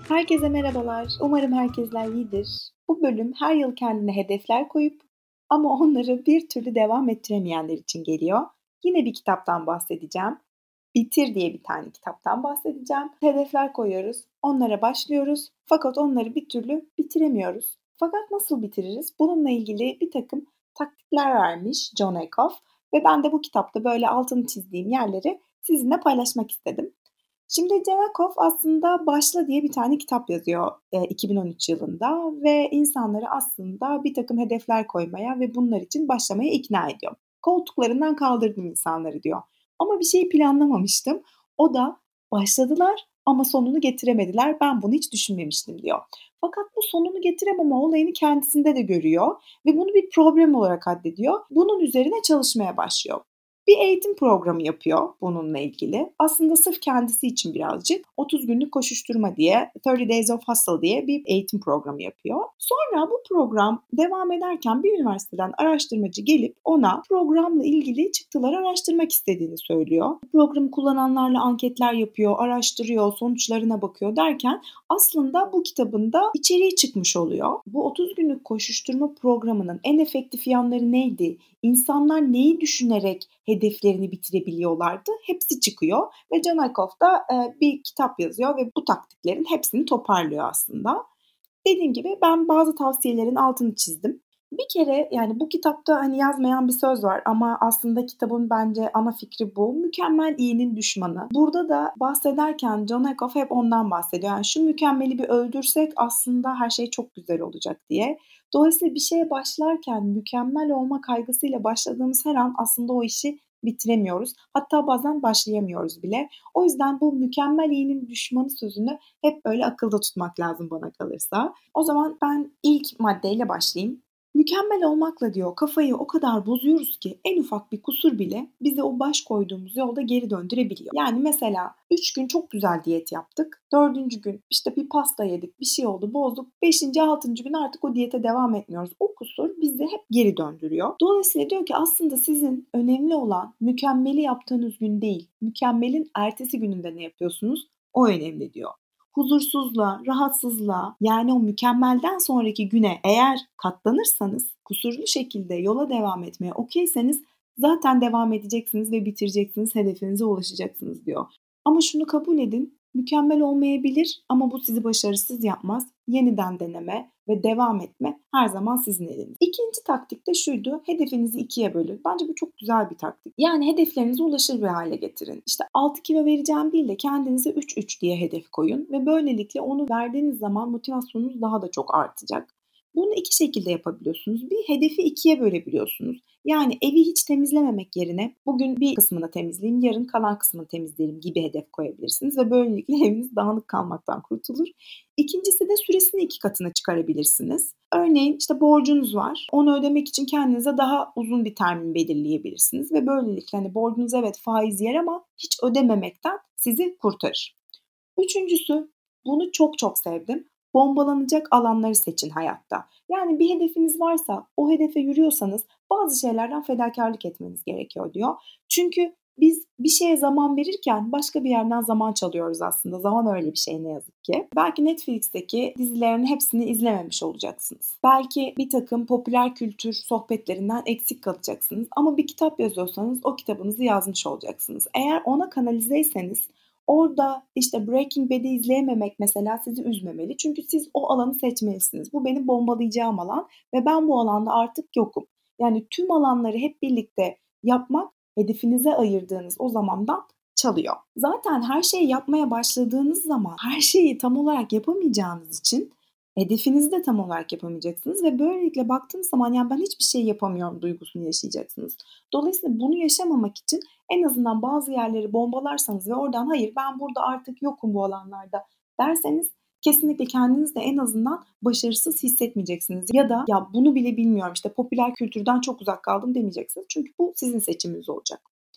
Herkese merhabalar. Umarım herkesler iyidir. Bu bölüm her yıl kendine hedefler koyup ama onları bir türlü devam ettiremeyenler için geliyor. Yine bir kitaptan bahsedeceğim. Bitir diye bir tane kitaptan bahsedeceğim. Hedefler koyuyoruz, onlara başlıyoruz fakat onları bir türlü bitiremiyoruz. Fakat nasıl bitiririz? Bununla ilgili bir takım taktikler vermiş Jon Acuff ve ben de bu kitapta böyle altını çizdiğim yerleri sizinle paylaşmak istedim. Şimdi Cevakov aslında "Başla" diye bir tane kitap yazıyor, 2013 yılında ve insanları aslında birtakım hedefler koymaya ve bunlar için başlamaya ikna ediyor. "Koltuklarından kaldırdım insanları." diyor. Ama bir şeyi planlamamıştım. O da "Başladılar ama sonunu getiremediler. Ben bunu hiç düşünmemiştim." diyor. Fakat bu sonunu getirememe olayını kendisinde de görüyor ve bunu bir problem olarak addediyor. Bunun üzerine çalışmaya başlıyor. Bir eğitim programı yapıyor bununla ilgili. Aslında sırf kendisi için birazcık 30 günlük koşuşturma diye, 30 Days of Hustle diye bir eğitim programı yapıyor. Sonra bu program devam ederken bir üniversiteden araştırmacı gelip ona programla ilgili çıktıları araştırmak istediğini söylüyor. Programı kullananlarla anketler yapıyor, araştırıyor, sonuçlarına bakıyor derken aslında bu kitabın da içeriği çıkmış oluyor. Bu 30 günlük koşuşturma programının en efektif yanları neydi? İnsanlar neyi düşünerek hedeflerini bitirebiliyorlardı? Hepsi çıkıyor ve Jon Acuff da, bir kitap yazıyor ve bu taktiklerin hepsini toparlıyor aslında. Dediğim gibi ben bazı tavsiyelerin altını çizdim. Bir kere, yani, bu kitapta, hani, yazmayan bir söz var ama aslında kitabın bence ana fikri bu. Mükemmel iyinin düşmanı. Burada da bahsederken Jon Acuff hep ondan bahsediyor. Yani, şu mükemmeli bir öldürsek aslında her şey çok güzel olacak diye. Dolayısıyla bir şeye başlarken mükemmel olma kaygısıyla başladığımız her an aslında o işi bitiremiyoruz. Hatta bazen başlayamıyoruz bile. O yüzden bu mükemmel iyinin düşmanı sözünü hep böyle akılda tutmak lazım bana kalırsa. O zaman ben ilk maddeyle başlayayım. Mükemmel olmakla diyor kafayı o kadar bozuyoruz ki en ufak bir kusur bile bizi o baş koyduğumuz yolda geri döndürebiliyor. Yani mesela 3 gün çok güzel diyet yaptık. 4. gün işte bir pasta yedik, bir şey oldu, bozduk. 5. 6. gün artık o diyete devam etmiyoruz. O kusur bizi hep geri döndürüyor. Dolayısıyla diyor ki aslında sizin önemli olan mükemmeli yaptığınız gün değil, mükemmelin ertesi gününde ne yapıyorsunuz? O önemli diyor. Huzursuzluğa, rahatsızlığa, yani o mükemmelden sonraki güne eğer katlanırsanız, kusurlu şekilde yola devam etmeye okayseniz zaten devam edeceksiniz ve bitireceksiniz, hedefinize ulaşacaksınız diyor. Ama şunu kabul edin, mükemmel olmayabilir ama bu sizi başarısız yapmaz. Yeniden deneme ve devam etme her zaman sizin elinizde. İkinci taktik de şuydu, hedefinizi ikiye bölün. Bence bu çok güzel bir taktik. Yani hedeflerinize ulaşır bir hale getirin. İşte 6 kilo vereceğim değil de kendinize 3-3 diye hedef koyun ve böylelikle onu verdiğiniz zaman motivasyonunuz daha da çok artacak. Bunu iki şekilde yapabiliyorsunuz. Bir, hedefi ikiye bölebiliyorsunuz. Yani evi hiç temizlememek yerine bugün bir kısmını temizleyeyim, yarın kalan kısmını temizleyelim gibi hedef koyabilirsiniz ve böylelikle eviniz dağınık kalmaktan kurtulur. İkincisi de süresini 2 katına çıkarabilirsiniz. Örneğin işte borcunuz var. Onu ödemek için kendinize daha uzun bir termin belirleyebilirsiniz ve böylelikle hani borcunuz evet faiz yer ama hiç ödememekten sizi kurtarır. Üçüncüsü, bunu çok çok sevdim. Bombalanacak alanları seçin hayatta. Yani bir hedefiniz varsa, o hedefe yürüyorsanız bazı şeylerden fedakarlık etmeniz gerekiyor diyor. Çünkü biz bir şeye zaman verirken başka bir yerden zaman çalıyoruz aslında. Zaman öyle bir şey ne yazık ki. Belki Netflix'teki dizilerin hepsini izlememiş olacaksınız. Belki bir takım popüler kültür sohbetlerinden eksik kalacaksınız. Ama bir kitap yazıyorsanız o kitabınızı yazmış olacaksınız. Eğer ona kanalizeyseniz orada, işte, Breaking Bad'i izleyememek mesela sizi üzmemeli. Çünkü siz o alanı seçmelisiniz. Bu benim bombalayacağım alan ve ben bu alanda artık yokum. Yani tüm alanları hep birlikte yapmak hedefinize ayırdığınız o zamandan çalıyor. Zaten her şeyi yapmaya başladığınız zaman her şeyi tam olarak yapamayacağınız için hedefinizi de tam olarak yapamayacaksınız ve böylelikle baktığınız zaman "Ya, ben hiçbir şey yapamıyorum." duygusunu yaşayacaksınız. Dolayısıyla bunu yaşamamak için en azından bazı yerleri bombalarsanız ve oradan hayır ben burada artık yokum bu alanlarda derseniz kesinlikle kendinizi de en azından başarısız hissetmeyeceksiniz. Ya da ya bunu bile bilmiyorum işte popüler kültürden çok uzak kaldım demeyeceksiniz. Çünkü bu sizin seçiminiz olacak.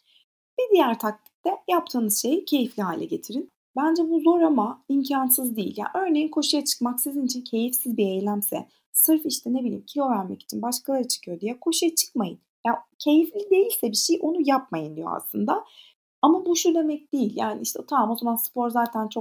Bir diğer taktik de yaptığınız şeyi keyifli hale getirin. Bence bu zor ama imkansız değil. Yani örneğin koşuya çıkmak sizin için keyifsiz bir eylemse, sırf işte ne bileyim kilo vermek için başkaları çıkıyor diye koşuya çıkmayın. Ya keyifli değilse bir şey onu yapmayın diyor aslında. Ama bu şu demek değil, yani, işte, tamam o zaman spor zaten çok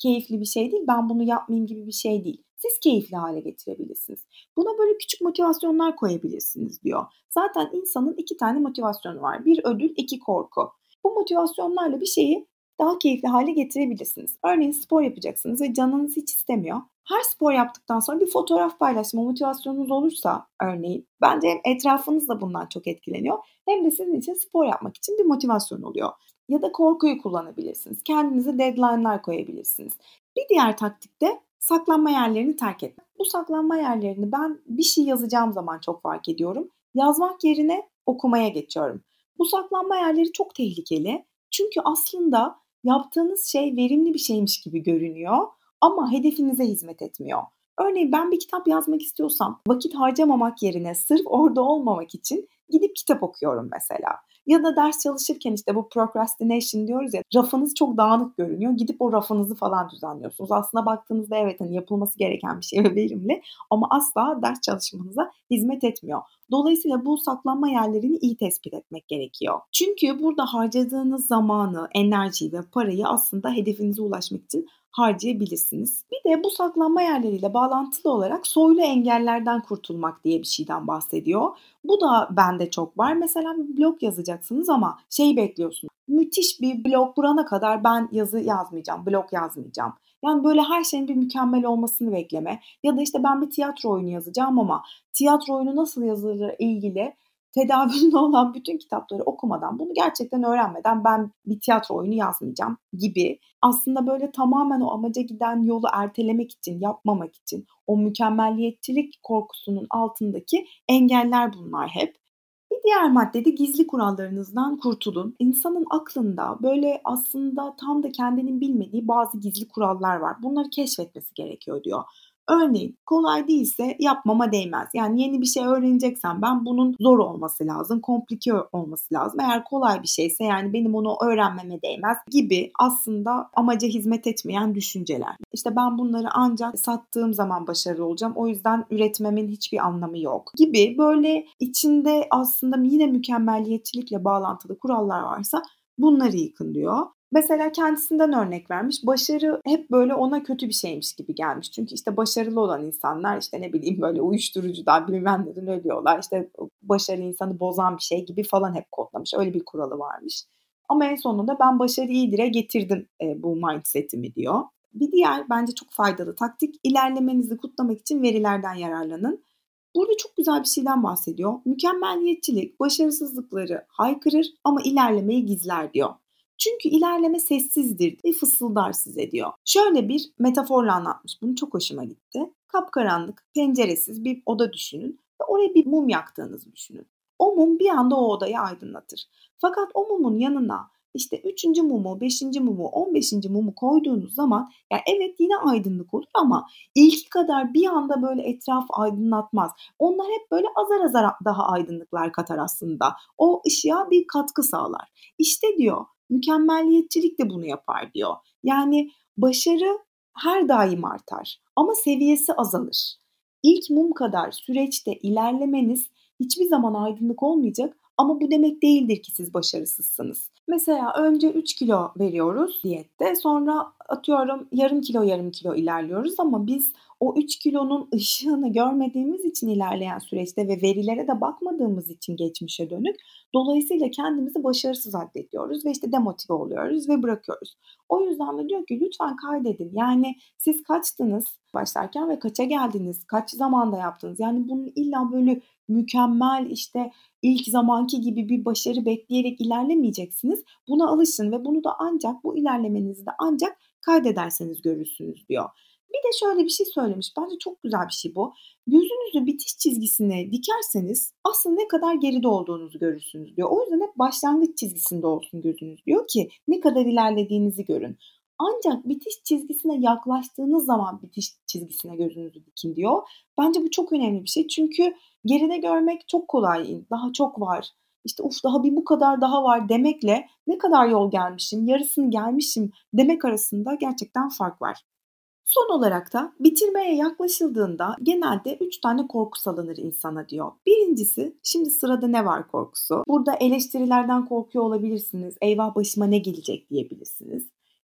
keyifli bir şey değil, ben bunu yapmayayım gibi bir şey değil. Siz keyifli hale getirebilirsiniz. Buna böyle küçük motivasyonlar koyabilirsiniz diyor. Zaten insanın 2 tane motivasyonu var. Bir ödül, 2 korku. Bu motivasyonlarla bir şeyi daha keyifli hale getirebilirsiniz. Örneğin spor yapacaksınız ve canınız hiç istemiyor. Her spor yaptıktan sonra bir fotoğraf paylaşma motivasyonunuz olursa örneğin bence hem etrafınız da bundan çok etkileniyor hem de sizin için spor yapmak için bir motivasyon oluyor. Ya da korkuyu kullanabilirsiniz. Kendinize deadline'lar koyabilirsiniz. Bir diğer taktik de saklanma yerlerini terk etmek. Bu saklanma yerlerini ben bir şey yazacağım zaman çok fark ediyorum. Yazmak yerine okumaya geçiyorum. Bu saklanma yerleri çok tehlikeli. Çünkü aslında yaptığınız şey verimli bir şeymiş gibi görünüyor ama hedefinize hizmet etmiyor. Örneğin ben bir kitap yazmak istiyorsam vakit harcamamak yerine sırf orada olmamak için gidip kitap okuyorum mesela. Ya da ders çalışırken işte bu procrastination diyoruz ya, rafınız çok dağınık görünüyor. Gidip o rafınızı falan düzenliyorsunuz. Aslında baktığınızda evet hani yapılması gereken bir şey ve verimli ama asla ders çalışmanıza hizmet etmiyor. Dolayısıyla bu saklanma yerlerini iyi tespit etmek gerekiyor. Çünkü burada harcadığınız zamanı, enerjiyi ve parayı aslında hedefinize ulaşmak için harcayabilirsiniz. Bir de bu saklanma yerleriyle bağlantılı olarak soylu engellerden kurtulmak diye bir şeyden bahsediyor. Bu da bende çok var. Mesela bir blog yazacaksınız ama şeyi bekliyorsunuz. Müthiş bir blog kurana kadar ben yazı yazmayacağım, blog yazmayacağım. Yani böyle her şeyin bir mükemmel olmasını bekleme. Ya da işte ben bir tiyatro oyunu yazacağım ama tiyatro oyunu nasıl yazılır ilgili tedavülde olan bütün kitapları okumadan, bunu gerçekten öğrenmeden ben bir tiyatro oyunu yazmayacağım gibi. Aslında böyle tamamen o amaca giden yolu ertelemek için, yapmamak için, o mükemmelliyetçilik korkusunun altındaki engeller bunlar hep. Bir diğer madde de gizli kurallarınızdan kurtulun. İnsanın aklında böyle aslında tam da kendinin bilmediği bazı gizli kurallar var. Bunları keşfetmesi gerekiyor diyor. Örneğin kolay değilse yapmama değmez. Yani yeni bir şey öğreneceksem ben bunun zor olması lazım, komplike olması lazım. Eğer kolay bir şeyse yani benim onu öğrenmeme değmez gibi aslında amaca hizmet etmeyen düşünceler. İşte ben bunları ancak sattığım zaman başarılı olacağım. O yüzden üretmemin hiçbir anlamı yok gibi böyle içinde aslında yine mükemmelliyetçilikle bağlantılı kurallar varsa bunları yıkın diyor. Mesela kendisinden örnek vermiş. Başarı hep böyle ona kötü bir şeymiş gibi gelmiş. Çünkü işte başarılı olan insanlar işte ne bileyim böyle uyuşturucudan bilmem neden ölüyorlar. İşte başarı insanı bozan bir şey gibi falan hep kodlamış. Öyle bir kuralı varmış. Ama en sonunda ben başarıyı iyidire getirdim bu mindset'imi diyor. Bir diğer bence çok faydalı taktik ilerlemenizi kutlamak için verilerden yararlanın. Burada çok güzel bir şeyden bahsediyor. Mükemmelliyetçilik başarısızlıkları haykırır ama ilerlemeyi gizler diyor. Çünkü ilerleme sessizdir ve fısıldar size diyor. Şöyle bir metaforla anlatmış. Bunu çok hoşuma gitti. Kapkaranlık, penceresiz bir oda düşünün ve oraya bir mum yaktığınızı düşünün. O mum bir anda o odayı aydınlatır. Fakat o mumun yanına işte üçüncü mumu, beşinci mumu, 15. mumu koyduğunuz zaman yani evet yine aydınlık olur ama ilki kadar bir anda böyle etrafı aydınlatmaz. Onlar hep böyle azar azar daha aydınlıklar katar aslında. O ışığa bir katkı sağlar. İşte diyor mükemmelliyetçilik de bunu yapar diyor. Yani başarı her daim artar ama seviyesi azalır. İlk mum kadar süreçte ilerlemeniz hiçbir zaman aydınlık olmayacak ama bu demek değildir ki siz başarısızsınız. Mesela önce 3 kilo veriyoruz diyette. Sonra atıyorum yarım kilo yarım kilo ilerliyoruz ama biz o 3 kilonun ışığını görmediğimiz için ilerleyen süreçte ve verilere de bakmadığımız için geçmişe dönük dolayısıyla kendimizi başarısız addediyoruz ve işte demotive oluyoruz ve bırakıyoruz. O yüzden de diyor ki lütfen kaydedin. Yani siz kaçtınız başlarken ve kaça geldiniz? Kaç zamanda yaptınız? Yani bunun illa böyle mükemmel işte ilk zamanki gibi bir başarı bekleyerek ilerlemeyeceksiniz. Buna alışın ve bunu da ancak bu ilerlemenizi de ancak kaydederseniz görürsünüz diyor. Bir de şöyle bir şey söylemiş. Bence çok güzel bir şey bu. Gözünüzü bitiş çizgisine dikerseniz aslında ne kadar geride olduğunuzu görürsünüz diyor. O yüzden hep başlangıç çizgisinde olsun gözünüz diyor ki ne kadar ilerlediğinizi görün. Ancak bitiş çizgisine yaklaştığınız zaman bitiş çizgisine gözünüzü dikin diyor. Bence bu çok önemli bir şey. Çünkü geride görmek çok kolay. Daha çok var. İşte uf daha bir bu kadar daha var demekle ne kadar yol gelmişim, yarısını gelmişim demek arasında gerçekten fark var. Son olarak da bitirmeye yaklaşıldığında genelde 3 tane korku salınır insana diyor. Birincisi şimdi sırada ne var korkusu. Burada eleştirilerden korkuyor olabilirsiniz. Eyvah başıma ne gelecek diyebilirsiniz.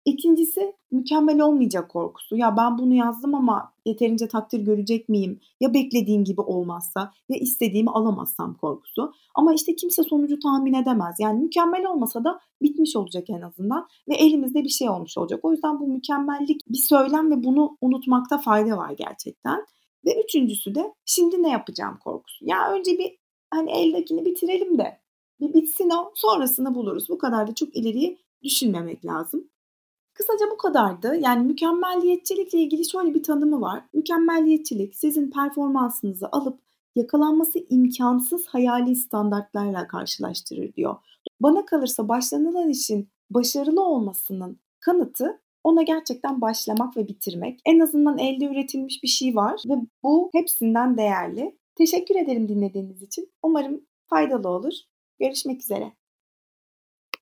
İkincisi mükemmel olmayacak korkusu. Ya, ben bunu yazdım ama yeterince takdir görecek miyim? Ya beklediğim gibi olmazsa? Ya istediğimi alamazsam korkusu. Ama, işte, kimse sonucu tahmin edemez. Yani mükemmel olmasa da bitmiş olacak en azından ve elimizde bir şey olmuş olacak. O yüzden bu mükemmellik bir söylem ve bunu unutmakta fayda var gerçekten. Ve üçüncüsü de şimdi ne yapacağım korkusu. Ya, önce bir, hani, eldekini bitirelim de bir bitsin o, sonrasını buluruz. Bu kadar da çok ileriyi düşünmemek lazım. Kısaca bu kadardı. Yani mükemmeliyetçilikle ilgili şöyle bir tanımı var. Mükemmeliyetçilik sizin performansınızı alıp yakalanması imkansız hayali standartlarla karşılaştırır diyor. Bana kalırsa başlanılan işin başarılı olmasının kanıtı ona gerçekten başlamak ve bitirmek. En azından elde üretilmiş bir şey var ve bu hepsinden değerli. Teşekkür ederim dinlediğiniz için. Umarım faydalı olur. Görüşmek üzere.